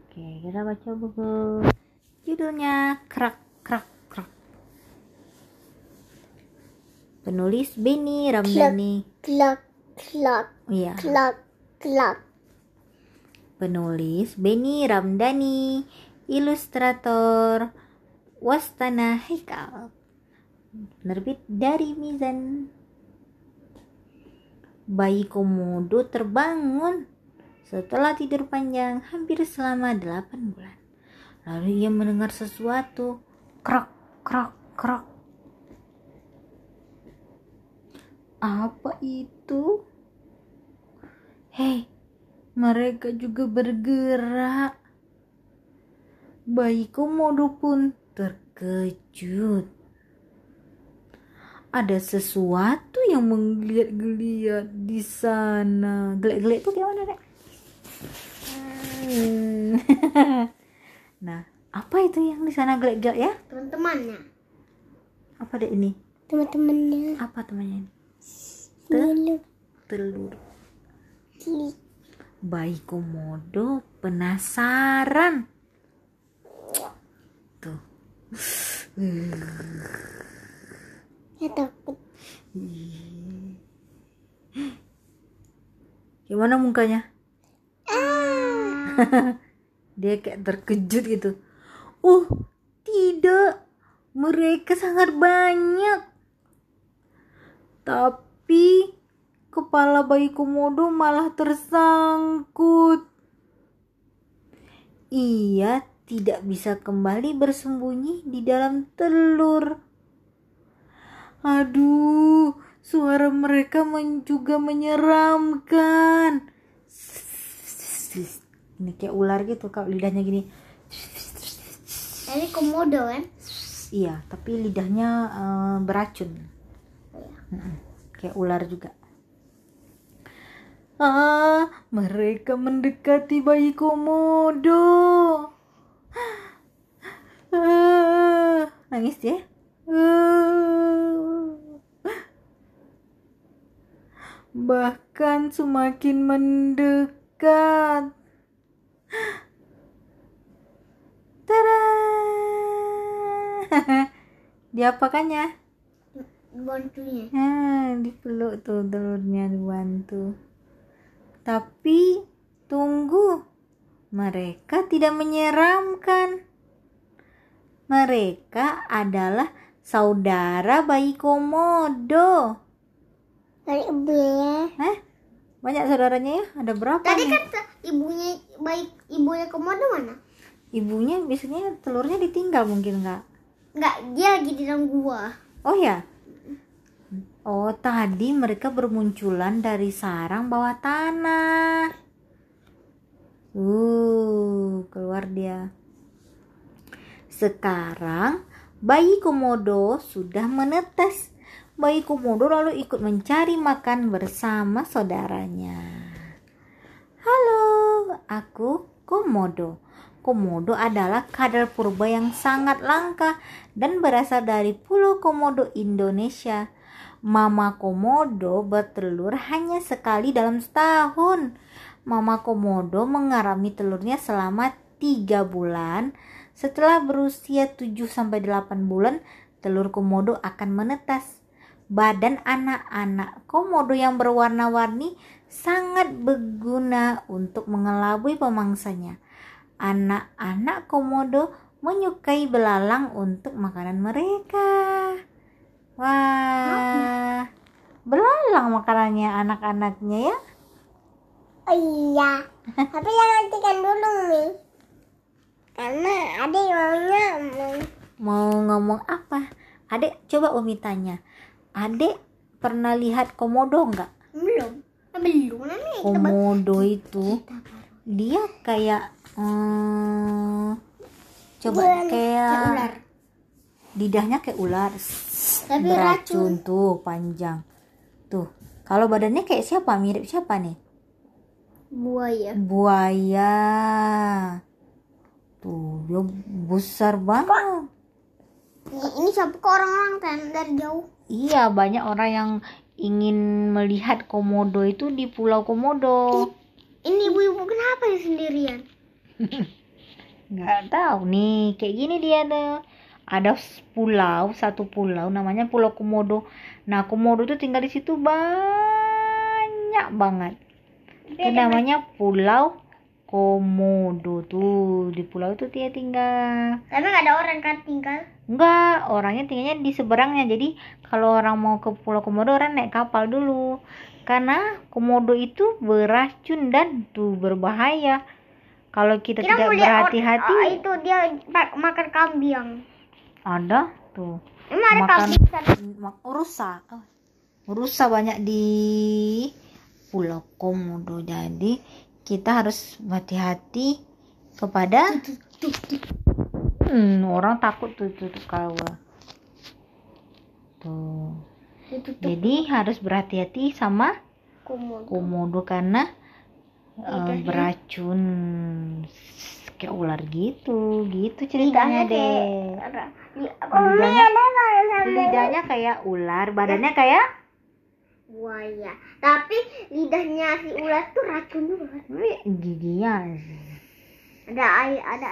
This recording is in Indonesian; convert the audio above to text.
Oke, kita baca buku. Judulnya Krak Krak Krak. Penulis Benny Ramdhani. Klak klak Iya. klak klak. Penulis Benny Ramdhani. Ilustrator Wastana Haikal. Penerbit dari Mizan. Bayi komodo terbangun setelah tidur panjang hampir selama 8 bulan. Lalu ia mendengar sesuatu. Krok, krok, krok. Apa itu? Hei, mereka juga bergerak. Bayi komodo pun terkejut. Ada sesuatu yang menggeliat-geliat di sana. Geliat-geliat itu gimana, Dek? Nah, apa itu yang di sana geliat-geliat ya? Teman-temannya. Apa, Dek, ini? Teman-temannya. Apa temannya ini? Telur. Klik. Bayi komodo penasaran. Tuh. Ya takut. Gimana mukanya? Dia kayak terkejut gitu. Tidak. Mereka sangat banyak. Tapi kepala bayi komodo malah tersangkut. Ia tidak bisa kembali bersembunyi di dalam telur. Aduh, suara mereka juga menyeramkan. Ini kayak ular gitu, kalau lidahnya gini. Ini komodo kan? Iya, tapi lidahnya beracun. Kayak ular juga. Mereka mendekati bayi komodo. Nangis dia. Bahkan semakin mendekat. Tada! Diapakannya? Bantunya. Dipeluk tuh telurnya, dibantu. Tapi tunggu, mereka tidak menyeramkan. Mereka adalah saudara bayi komodo. Dari ibunya. Banyak saudaranya ya? Ada berapa Tadi nih? kan ibunya komodo mana? Ibunya biasanya telurnya ditinggal mungkin nggak? Enggak, dia lagi di dalam gua. Oh ya? Oh, tadi mereka bermunculan dari sarang bawah tanah. Keluar dia. Sekarang bayi komodo sudah menetas. Bayi komodo lalu ikut mencari makan bersama saudaranya. Halo, aku komodo. Komodo adalah kadal purba yang sangat langka dan berasal dari Pulau Komodo, Indonesia. Mama komodo bertelur hanya sekali dalam setahun. Mama komodo mengarami telurnya selama 3 bulan. Setelah berusia 7-8 bulan, telur komodo akan menetas. Badan anak-anak komodo yang berwarna-warni sangat berguna untuk mengelabui pemangsanya. Anak-anak komodo menyukai belalang untuk makanan mereka. Wah, belalang makanannya anak-anaknya ya. Oh iya. Tapi jangan hentikan dulu nih. Karena adek maunya Mau ngomong apa? Adek, coba Umi tanya. Adek pernah lihat komodo nggak? belum nih. Komodo itu dia kayak coba kayak ular. lidahnya kayak ular. Tapi Beracun tuh, panjang. Tuh, kalau badannya kayak siapa? Mirip siapa nih? Buaya. Tuh, dia besar banget. Ini siapa ke orang-orang dari jauh? Iya, banyak orang yang ingin melihat komodo itu di Pulau Komodo. Ini ibu-ibu kenapa ya sendirian? Nggak tahu nih, kayak gini dia tuh. Ada satu pulau namanya Pulau Komodo. Nah, Komodo tuh tinggal di situ banyak banget. Itu namanya Pulau Komodo tuh. Di pulau itu dia tinggal. Tapi nggak ada orang kan tinggal. Enggak, orangnya tinggalnya di seberangnya. Jadi kalau orang mau ke Pulau Komodo, orang naik kapal dulu. Karena Komodo itu beracun dan tuh berbahaya. Kalau kita Kira tidak mau lihat berhati-hati, itu dia makan kambing. ada tuh Emang ada makan kambing? rusa banyak di Pulau Komodo. Jadi kita harus hati-hati kepada orang takut tuh kalau tuh. Jadi harus berhati-hati sama Komodo karena beracun kayak ular gitu ceritanya deh. Lidahnya kayak ular, badannya kayak buaya. Tapi lidahnya si ular tuh racun juga. giginya Ada